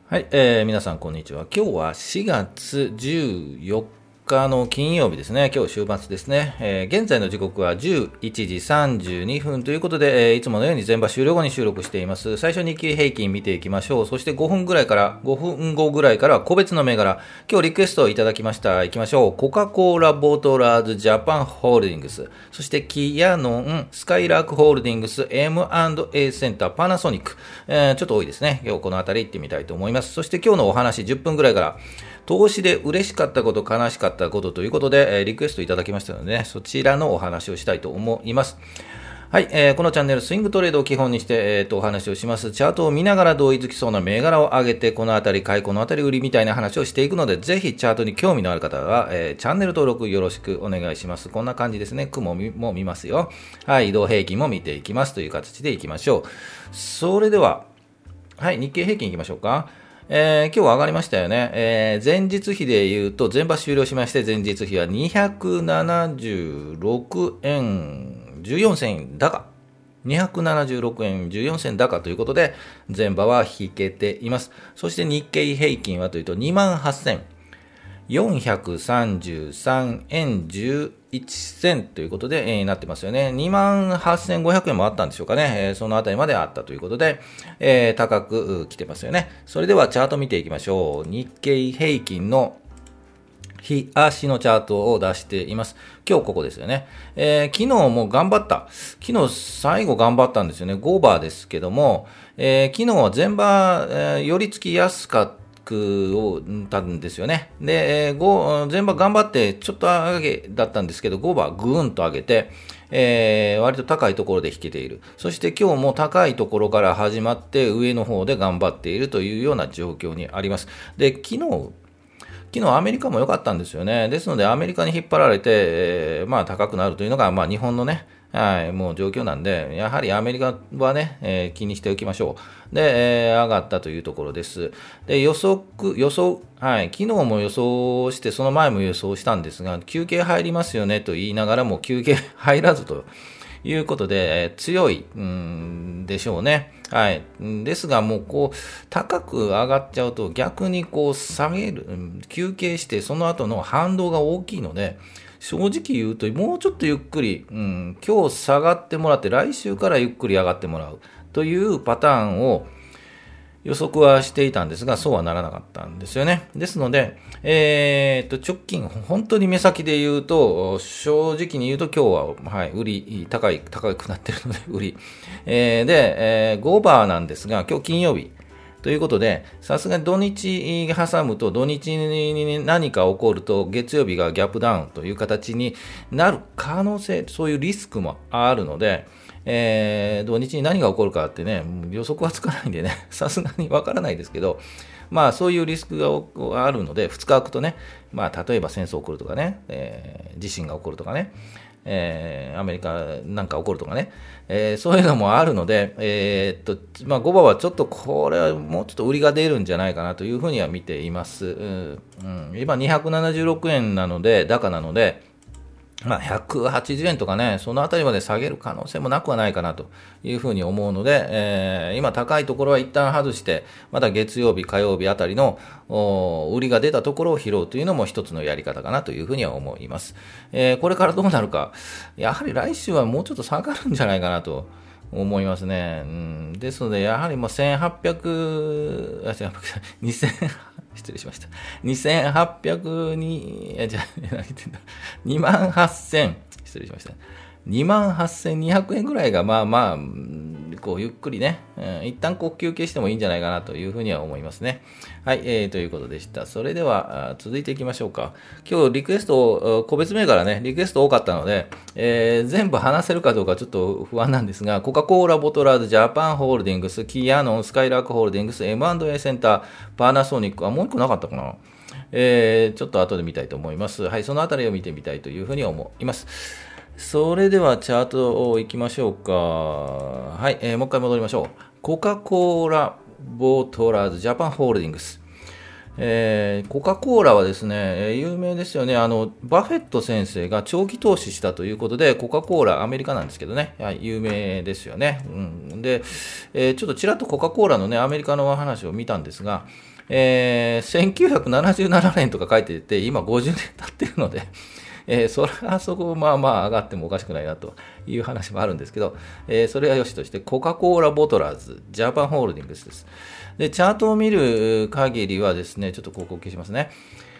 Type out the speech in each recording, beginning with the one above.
はい、皆さんこんにちは。今日は4月14日の金曜日ですね。今日週末ですね。現在の時刻は11時32分ということで、いつものように全場終了後に収録しています。最初に日経平均見ていきましょう。そして5分後ぐらいから個別の銘柄。今日リクエストをいただきました。いきましょう。コカ・コーラボトラーズジャパンホールディングス。そしてキヤノン、スカイラークホールディングス、M&A センター、パナソニック。ちょっと多いですね。今日このあたり行ってみたいと思います。そして今日のお話10分ぐらいから、投資で嬉しかったこと、悲しかったことということで、リクエストいただきましたのでね、そちらのお話をしたいと思います。はい、このチャンネル、スイングトレードを基本にして、お話をします。チャートを見ながら同意づきそうな銘柄を上げて、このあたり買い、このあたり売りみたいな話をしていくので、ぜひチャートに興味のある方は、チャンネル登録よろしくお願いします。こんな感じですね。雲も見ますよ。はい、移動平均も見ていきますという形でいきましょう。それでは、はい、日経平均いきましょうか。今日は上がりましたよね。前日比で言うと、全場終了しまして、前日比は276円14銭高。276円14銭高ということで、前場は引けています。そして日経平均はというと、28,433円11銭ということで、なってますよね。28,500 円もあったんでしょうかね。そのあたりまであったということで、高く来てますよね。それではチャート見ていきましょう。日経平均の日足のチャートを出しています。今日ここですよね。昨日も頑張った。昨日最後頑張ったんですよね。5バーですけども、昨日は前場、寄り付きやすかった。をたんですよね。で、前場頑張ってちょっと上げだったんですけど、5番ぐーんと上げて、割と高いところで引けている。そして今日も高いところから始まって上の方で頑張っているというような状況にあります。で、昨日アメリカも良かったんですよね。ですのでアメリカに引っ張られて、高くなるというのが、日本のね、はい、もう状況なんで、やはりアメリカはね、気にしておきましょう。で、上がったというところです。で、予想、はい、昨日も予想して、その前も予想したんですが、休憩入りますよねと言いながらも休憩入らずということで、強いでしょうね。はい。ですが、もう高く上がっちゃうと、逆に下げる、休憩して、その後の反動が大きいので、正直言うと、もうちょっとゆっくり、今日下がってもらって、来週からゆっくり上がってもらうというパターンを予測はしていたんですが、そうはならなかったんですよね。ですので、直近、本当に目先で言うと、正直に言うと今日は、はい、売り、高くなってるので、売り。で、5バーなんですが、今日金曜日。ということで、さすがに土日挟むと、土日に何か起こると、月曜日がギャップダウンという形になる可能性、そういうリスクもあるので、土日に何が起こるかってね、予測はつかないんでね、さすがにわからないですけど、そういうリスクがあるので、2日空くとね、例えば戦争起こるとかね、地震が起こるとかね、アメリカなんか起こるとかね、そういうのもあるので、5番はちょっとこれはもうちょっと売りが出るんじゃないかなというふうには見ています。今276円なので、高なので、180円とかね、そのあたりまで下げる可能性もなくはないかなというふうに思うので、今高いところは一旦外して、また月曜日、火曜日あたりの売りが出たところを拾うというのも一つのやり方かなというふうには思います。これからどうなるか、やはり来週はもうちょっと下がるんじゃないかなと思いますね。ですので、やはりもう1800、2000、失礼しました。2800に、2万8000、失礼しました。28,200円ぐらいが、ゆっくりね、一旦休憩してもいいんじゃないかなというふうには思いますね。はい、ということでした。それでは、続いていきましょうか。今日リクエスト、個別銘柄ね、リクエスト多かったので、全部話せるかどうかちょっと不安なんですが、コカ・コーラボトラーズジャパンホールディングス、キヤノン、スカイラークホールディングス、M&A センター、パナソニック、もう一個なかったかな。ちょっと後で見たいと思います。はい、そのあたりを見てみたいというふうに思います。それではチャートを行きましょうか。はい、もう一回戻りましょう。コカ・コーラボトラーズジャパンホールディングス。コカ・コーラはですね、有名ですよね。バフェット先生が長期投資したということで、コカ・コーラ、アメリカなんですけどね、はい、有名ですよね。で、ちょっとちらっとコカ・コーラのね、アメリカの話を見たんですが、 1977年とか書いてて、今50年経ってるので、それはそこまあまあ上がってもおかしくないなという話もあるんですけど、それはよしとして、コカ・コーラボトラーズ、ジャパンホールディングスです。で、チャートを見る限りはですね、ちょっとここ消しますね。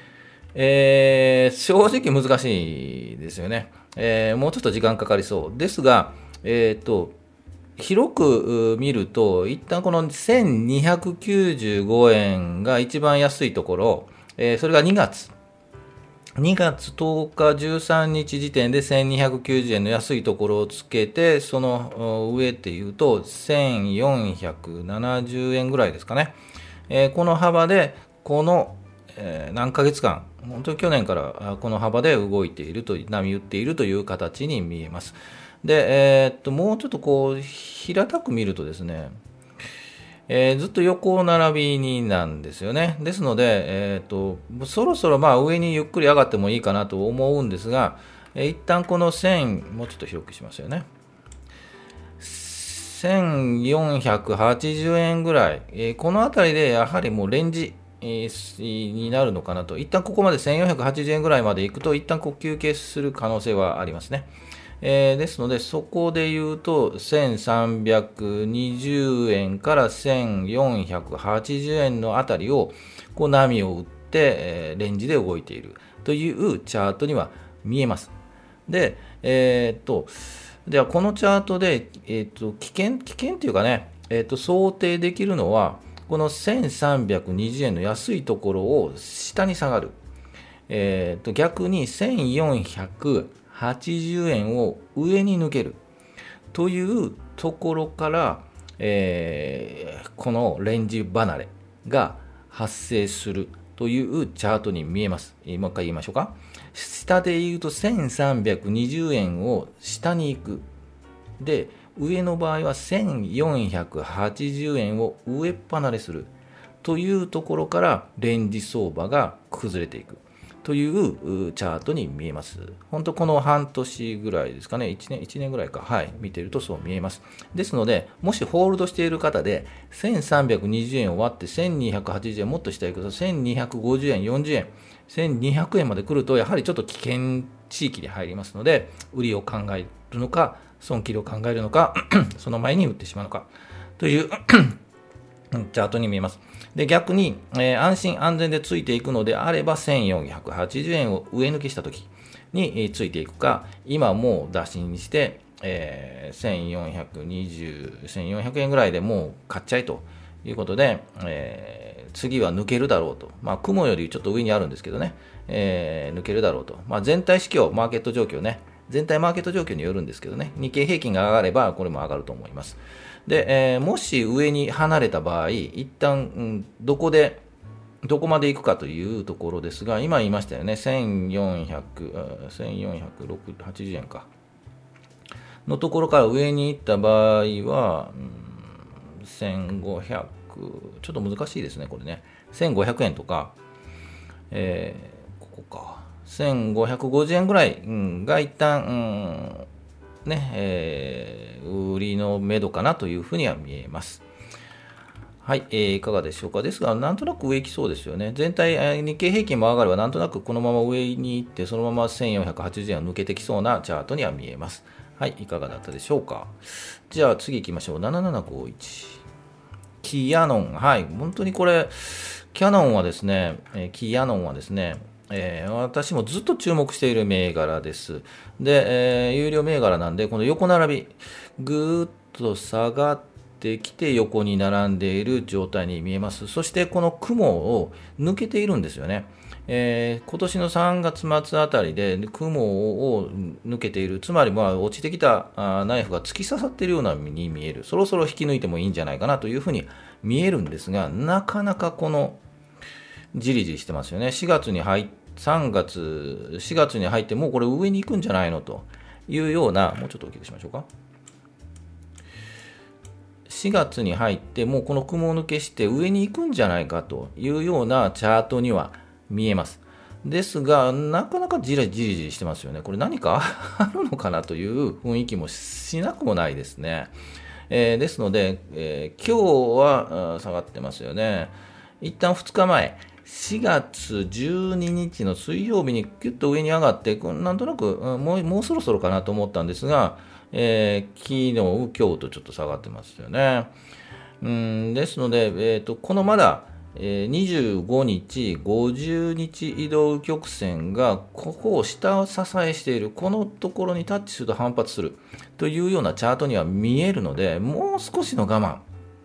正直難しいですよね。もうちょっと時間かかりそうですが、広く見ると、一旦この1295円が一番安いところ、それが2月10日13日時点で1290円の安いところをつけて、その上っていうと1470円ぐらいですかね。この幅で、この何ヶ月間、本当に去年からこの幅で動いていると、波打っているという形に見えます。で、もうちょっとこう、平たく見るとですね、ずっと横並びになんですよね。ですので、そろそろまあ上にゆっくり上がってもいいかなと思うんですが、一旦この線、もうちょっと広くしますよね。1480円ぐらい、このあたりでやはりもうレンジ、になるのかなと。一旦ここまで1480円ぐらいまで行くと、一旦こう休憩する可能性はありますね。ですので、そこで言うと、1320円から1480円のあたりを、こう波を打って、レンジで動いているというチャートには見えます。で、ではこのチャートで、危険というかね、想定できるのは、この1320円の安いところを下に下がる。逆に1480円を上に抜けるというところから、このレンジ離れが発生するというチャートに見えます。もう一回言いましょうか。下で言うと1320円を下に行く。で、上の場合は1480円を上っ離れするというところからレンジ相場が崩れていくというチャートに見えます。本当この半年ぐらいですかね、1年ぐらいか、はい、見ているとそう見えます。ですので、もしホールドしている方で、1320円を割って1280円もっと下へ行くと、1250円、40円、1200円まで来ると、やはりちょっと危険地域に入りますので、売りを考えるのか、損切りを考えるのか、その前に売ってしまうのか、というチャートに見えます。で、逆に、安心安全でついていくのであれば、1480円を上抜きしたときに、ついていくか、今もう打診にして、1400円ぐらいでもう買っちゃいということで、次は抜けるだろうと。まあ、雲よりちょっと上にあるんですけどね、抜けるだろうと。まあ、全体指標、マーケット状況ね、全体マーケット状況によるんですけどね、日経平均が上がれば、これも上がると思います。で、もし上に離れた場合、一旦、どこまで行くかというところですが、今言いましたよね、1480円か。のところから上に行った場合は、1500、ちょっと難しいですね、これね。1500円とか、ここか。1550円ぐらい、が一旦、売りの目処かなというふうには見えます。はい、いかがでしょうか。ですが、なんとなく上行きそうですよね。全体、日経平均も上がれば、なんとなくこのまま上に行って、そのまま1480円を抜けてきそうなチャートには見えます。はい、いかがだったでしょうか。じゃあ次行きましょう。7751。キヤノン。はい、本当にこれ、キヤノンはですね、私もずっと注目している銘柄です。で、有料銘柄なんで、この横並び、ぐーっと下がってきて横に並んでいる状態に見えます。そしてこの雲を抜けているんですよね。今年の3月末あたりで雲を抜けている。つまり落ちてきたナイフが突き刺さっているようなに見える。そろそろ引き抜いてもいいんじゃないかなというふうに見えるんですが、なかなかこのじりじりしてますよね。4月に入ってもうこれ上に行くんじゃないのというような、もうちょっと大きくしましょうか。4月に入ってもうこの雲抜けして上に行くんじゃないかというようなチャートには見えます。ですが、なかなかじりじりしてますよね。これ何かあるのかなという雰囲気もしなくもないですね。ですので、今日は下がってますよね。 一旦2日前、4月12日の水曜日にキュッと上に上がって、なんとなくもうそろそろかなと思ったんですが、昨日、今日とちょっと下がってますよね。ですので、このまだ、25日、50日移動曲線がここを下支えしている、このところにタッチすると反発するというようなチャートには見えるので、もう少しの我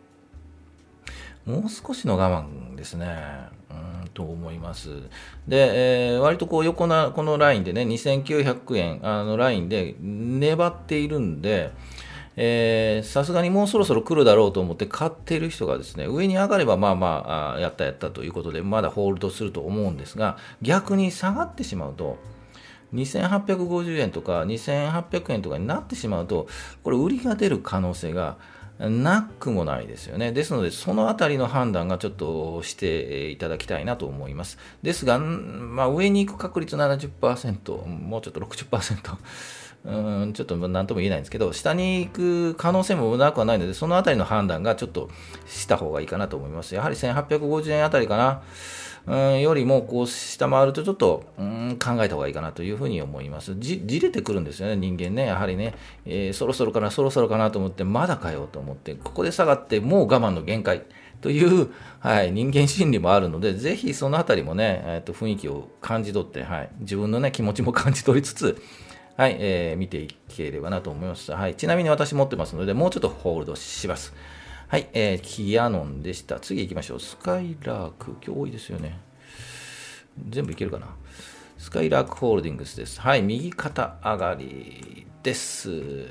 慢ですね。と思います。で、割とこうこのラインでね、2900円ラインで粘っているんで、さすがにもうそろそろ来るだろうと思って買っている人がですね、上に上がればやったということで、まだホールドすると思うんですが、逆に下がってしまうと、2850円とか2800円とかになってしまうと、これ売りが出る可能性がなくもないですよね。ですので、そのあたりの判断がちょっとしていただきたいなと思います。ですが、上に行く確率70%、もうちょっと60%、ちょっと何とも言えないんですけど、下に行く可能性もなくはないので、そのあたりの判断がちょっとした方がいいかなと思います。やはり1850円あたりかな。よりもこう下回るとちょっと考えた方がいいかなというふうに思います。じれてくるんですよね、人間ね。やはりね、そろそろかなと思って、まだかよと思って、ここで下がってもう我慢の限界という、人間心理もあるので、ぜひそのあたりもね、雰囲気を感じ取って、自分のね、気持ちも感じ取りつつ、見ていければなと思います。ちなみに私持ってますので、もうちょっとホールドします。キヤノンでした。次行きましょう。スカイラーク。今日多いですよね。全部いけるかな。スカイラークホールディングスです。右肩上がりです。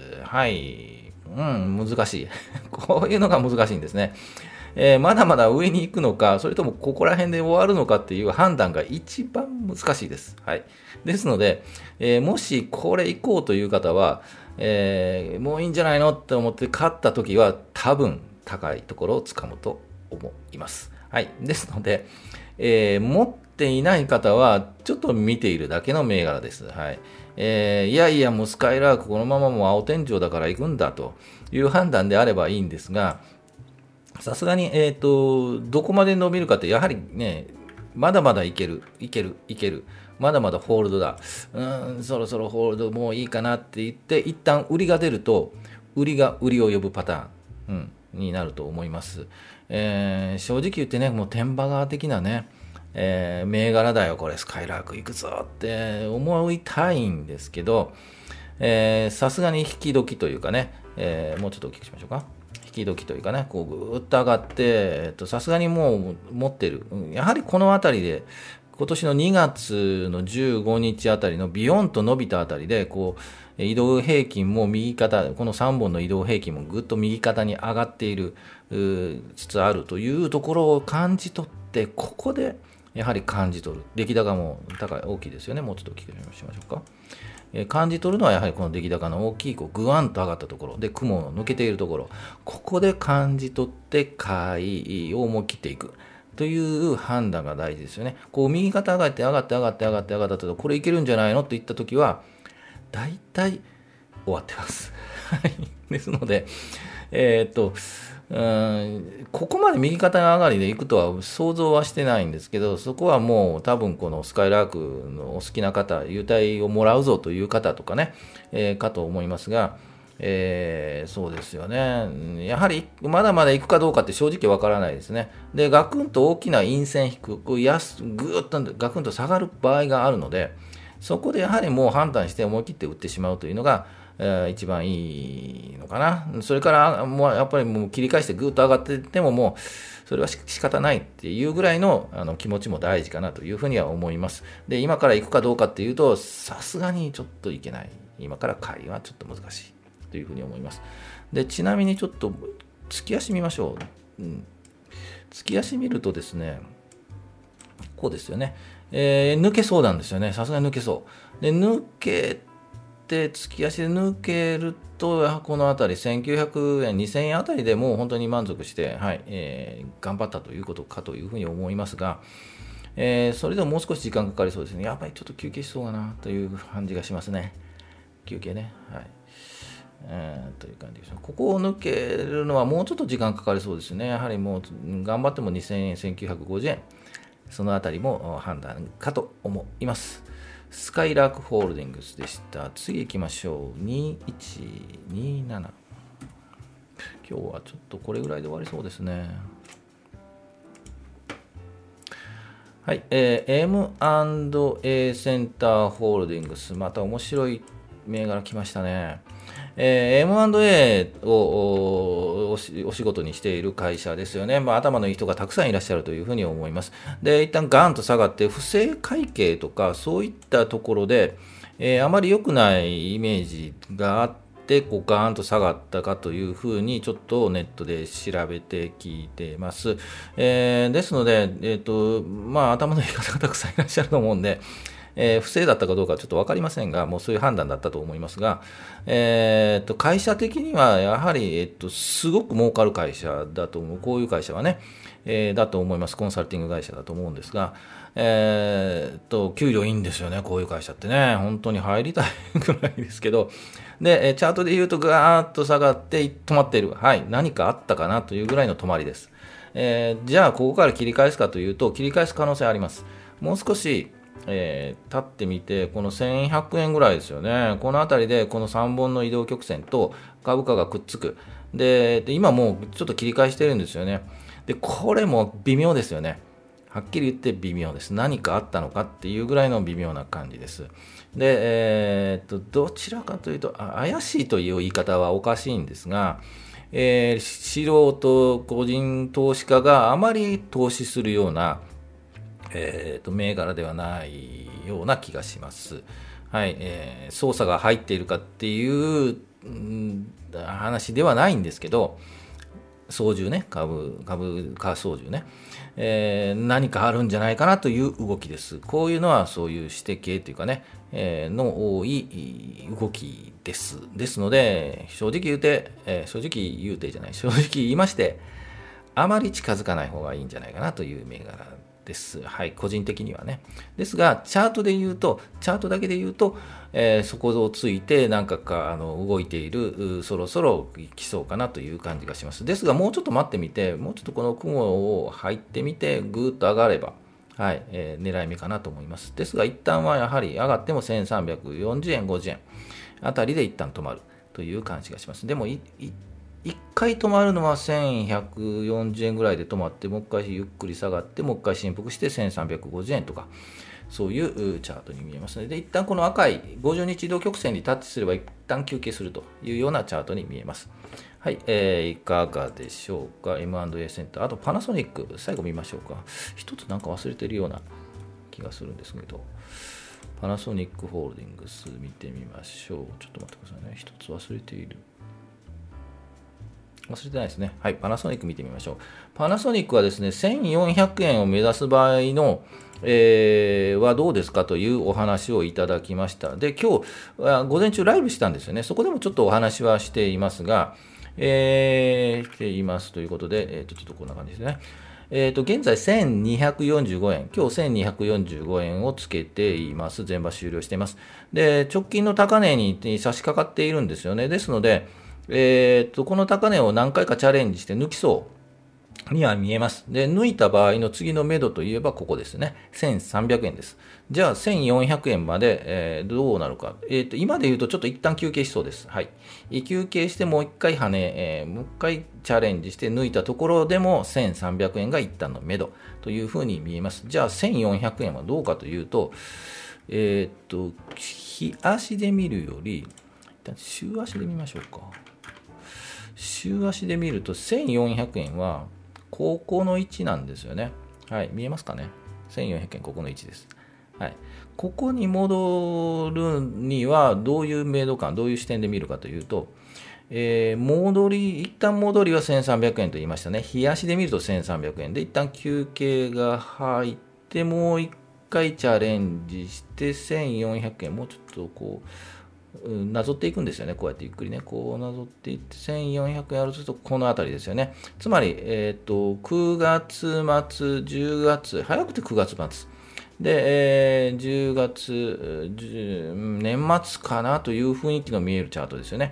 難しい。こういうのが難しいんですね。まだまだ上に行くのか、それともここら辺で終わるのかっていう判断が一番難しいです。ですので、もしこれ行こうという方は、もういいんじゃないのって思って買った時は多分高いところを掴むと思います。ですので、持っていない方はちょっと見ているだけの銘柄です。いやいやもうスカイラークこのままもう青天井だから行くんだという判断であればいいんですが、さすがに、どこまで伸びるかってやはりね、まだまだいける。まだまだホールドだ。そろそろホールドもういいかなって言って、一旦売りが出ると、売りが売りを呼ぶパターン、になると思います。正直言ってね、もう天馬川的なね、銘柄だよ、これ、スカイラーク行くぞって思いたいんですけど、さすがに引き時というかね、もうちょっと大きくしましょうか。引き時というかね、こうぐーっと上がって、さすがにもう持ってる。やはりこのあたりで、今年の2月の15日あたりのビヨンと伸びたあたりで、こう、移動平均も右肩、この3本の移動平均もぐっと右肩に上がっている、つつあるというところを感じ取って、ここでやはり感じ取る。出来高も大きいですよね。もうちょっと大きくしましょうか。感じ取るのはやはりこの出来高の大きいぐわんと上がったところで雲の抜けているところ、ここで感じ取って買いを思い切っていくという判断が大事ですよね。こう右肩上がって上がったとこれいけるんじゃないのといった時は大体終わってますですのでここまで右肩上がりでいくとは想像はしてないんですけど、そこはもう多分このスカイラークのお好きな方、優待をもらうぞという方とかね、かと思いますが、そうですよね。やはりまだまだ行くかどうかって正直わからないですね。で、ガクンと大きな陰線引く、ぐーっとガクンと下がる場合があるので、そこでやはりもう判断して思い切って売ってしまうというのが、一番いいのかな。それからもうやっぱりもう切り返してぐーっと上がっていってももうそれは仕方ないっていうぐらいの気持ちも大事かなというふうには思います。で、今から行くかどうかっていうとさすがにちょっといけない。今から買いはちょっと難しいというふうに思います。で、ちなみにちょっと月足見ましょう。月足見るとですね、こうですよね。抜けそうなんですよね。さすがに抜けそう。で、抜け月足で抜けると、このあたり1900円、2000円あたりでもう本当に満足して、頑張ったということかというふうに思いますが、それでももう少し時間かかりそうですね。やっぱりちょっと休憩しそうかなという感じがしますね。休憩ね。 という感じです。ここを抜けるのはもうちょっと時間かかりそうですね。やはりもう頑張っても2000円、1950円、そのあたりも判断かと思います。スカイラークホールディングスでした。次行きましょう。2127。今日はちょっとこれぐらいで終わりそうですね。はい、M&A センターホールディングス、また面白い銘柄来ましたね。M&A をお仕事にしている会社ですよね。頭のいい人がたくさんいらっしゃるというふうに思います。で、一旦ガーンと下がって、不正会計とかそういったところで、あまり良くないイメージがあって、こうガーンと下がったかというふうにちょっとネットで調べて聞いています。ですので、頭のいい方がたくさんいらっしゃると思うんで、不正だったかどうかはちょっと分かりませんが、もうそういう判断だったと思いますが、会社的にはやはり、すごく儲かる会社だと思う、こういう会社はね、だと思います、コンサルティング会社だと思うんですが、給料いいんですよね、こういう会社ってね、本当に入りたいぐらいですけど、で、チャートで言うと、ガーッと下がって止まっている、はい、何かあったかなというぐらいの止まりです。じゃあ、ここから切り返すかというと、切り返す可能性あります。もう少し立ってみて、この1100円ぐらいですよね。このあたりでこの3本の移動曲線と株価がくっつく。で、今もうちょっと切り返してるんですよね。で、これも微妙ですよね。はっきり言って微妙です。何かあったのかっていうぐらいの微妙な感じです。で、どちらかというと、怪しいという言い方はおかしいんですが、素人、個人投資家があまり投資するような銘柄ではないような気がします。はい、操作が入っているかっていう、話ではないんですけど、操縦ね、株価操縦ね、何かあるんじゃないかなという動きです。こういうのはそういう指定系というかね、の多い動きです。ですので、正直言うてじゃない、正直言いまして、あまり近づかない方がいいんじゃないかなという銘柄です。はい、個人的にはね。ですが、チャートだけで言うと、そこをついて動いている、そろそろ来そうかなという感じがします。ですが、もうちょっと待ってみて、もうちょっとこの雲を入ってみて、ぐーっと上がれば、はい、狙い目かなと思います。ですが、一旦はやはり上がっても1340円、50円あたりで一旦止まるという感じがします。でも、1回止まるのは1140円ぐらいで止まって、もう一回ゆっくり下がって、もう一回振幅して1350円とか、そういうチャートに見えますので、一旦この赤い50日移動曲線にタッチすれば、一旦休憩するというようなチャートに見えます。はい、いかがでしょうか。M&A センター、あとパナソニック、最後見ましょうか。一つなんか忘れてるような気がするんですけど、パナソニックホールディングス見てみましょう。ちょっと待ってくださいね。一つ忘れている。忘れてないですね。はい、パナソニック見てみましょう。パナソニックはですね、1400円を目指す場合の、はどうですかというお話をいただきました。で、今日、午前中ライブしたんですよね。そこでもちょっとお話はしていますが、していますということで、ちょっとこんな感じですね。現在1245円、今日1245円をつけています。全場終了しています。で、直近の高値に差し掛かっているんですよね。ですので、この高値を何回かチャレンジして抜きそうには見えます。で、抜いた場合の次の目処といえばここですね。1300円です。じゃあ1400円まで、どうなるか。今で言うとちょっと一旦休憩しそうです。はい。休憩してもう一回跳ね、もう一回チャレンジして抜いたところでも1300円が一旦の目処というふうに見えます。じゃあ1400円はどうかというと、日足で見るより、一旦週足で見ましょうか。週足で見ると1400円はここの位置なんですよね。はい、見えますかね。1400円ここの位置です。はい、ここに戻るにはどういう明度感、どういう視点で見るかというと、一旦戻りは1300円と言いましたね。日足で見ると1300円で、一旦休憩が入って、もう一回チャレンジして1400円、もうちょっとこう、なぞっていくんですよね。こうやってゆっくりね、こうなぞっていって1400円あるとするとこの辺りですよね。つまり、9月末、10月、早くて9月末。で、10月、年末かなという雰囲気の見えるチャートですよね。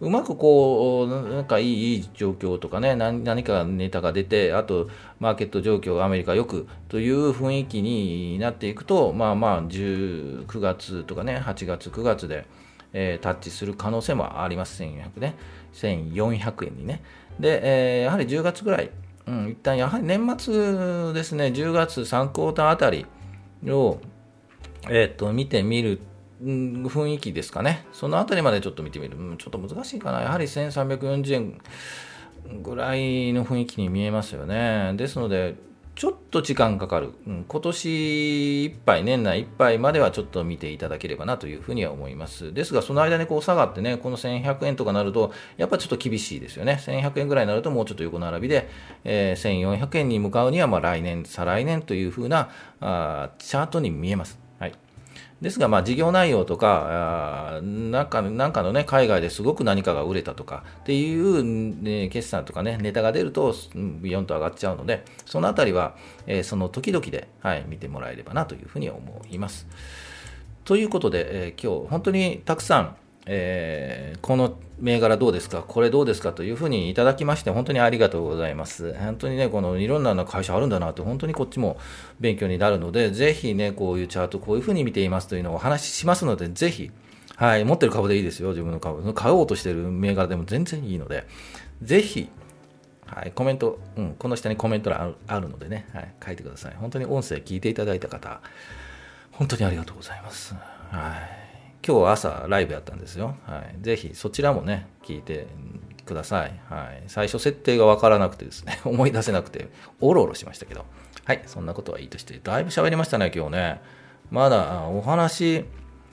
うまくこう、なんかいい状況とかね、何かネタが出て、あと、マーケット状況がアメリカよくという雰囲気になっていくと、9月とかね、8月、9月で、タッチする可能性もあります、1400円にね。で、やはり10月ぐらい、一旦やはり年末ですね、10月3クォーターあたりを、見てみる雰囲気ですかね。そのあたりまでちょっと見てみる。ちょっと難しいかな。やはり1340円ぐらいの雰囲気に見えますよね。ですので、ちょっと時間かかる。今年いっぱい、年内いっぱいまではちょっと見ていただければなというふうには思います。ですが、その間にこう下がってね、この1100円とかなると、やっぱちょっと厳しいですよね。1100円ぐらいになるともうちょっと横並びで、1400円に向かうには、来年、再来年というふうなチャートに見えます。はい。ですが、事業内容とか、なんかのね、海外ですごく何かが売れたとかっていう、ね、決算とかね、ネタが出ると、ビヨンと上がっちゃうので、そのあたりは、その時々で、見てもらえればなというふうに思います。ということで、今日、本当にたくさん、この銘柄どうですか、これどうですかというふうにいただきまして、本当にありがとうございます。本当にね、このいろんな会社あるんだなって、本当にこっちも勉強になるので、ぜひね、こういうチャート、こういうふうに見ていますというのをお話ししますので、ぜひ、持ってる株でいいですよ、自分の株。買おうとしている銘柄でも全然いいので、ぜひ、コメント、この下にコメント欄あるのでね、書いてください。本当に音声聞いていただいた方、本当にありがとうございます。今日は朝ライブやったんですよ。ぜひそちらもね、聞いてください。最初設定がわからなくてですね、思い出せなくて、おろおろしましたけど。そんなことはいいとして、だいぶ喋りましたね、今日ね。まだお話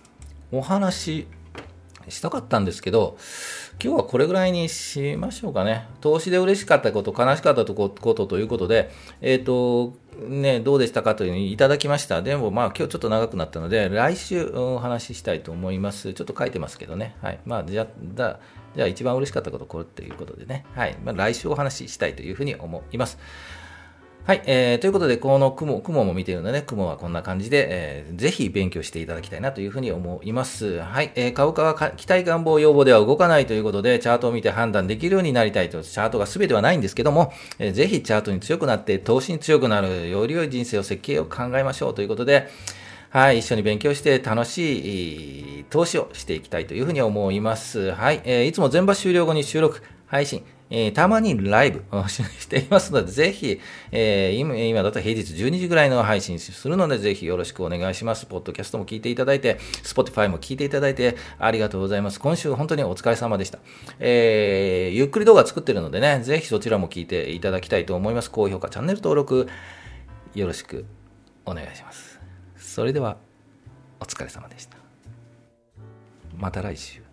したかったんですけど、今日はこれぐらいにしましょうかね。投資で嬉しかったこと、悲しかったことということで、どうでしたかというのをいただきました。でも、今日ちょっと長くなったので、来週お話ししたいと思います。ちょっと書いてますけどね。じゃあ一番嬉しかったこと、これっていうことでね。来週お話ししたいというふうに思います。ということで、この雲も見ているので、ね、雲はこんな感じで、ぜひ勉強していただきたいなというふうに思います。株価は期待願望要望では動かないということで、チャートを見て判断できるようになりたいと、チャートが全てはないんですけども、ぜひチャートに強くなって、投資に強くなる、より良い人生を設計を考えましょうということで、一緒に勉強して楽しい投資をしていきたいというふうに思います。いつも全場終了後に収録、配信、たまにライブをしていますので、ぜひ、今だと平日12時ぐらいの配信するので、ぜひよろしくお願いします。ポッドキャストも聞いていただいて、Spotify も聞いていただいて、ありがとうございます。今週本当にお疲れ様でした。ゆっくり動画作ってるのでね、ぜひそちらも聞いていただきたいと思います。高評価、チャンネル登録、よろしくお願いします。それでは、お疲れ様でした。また来週。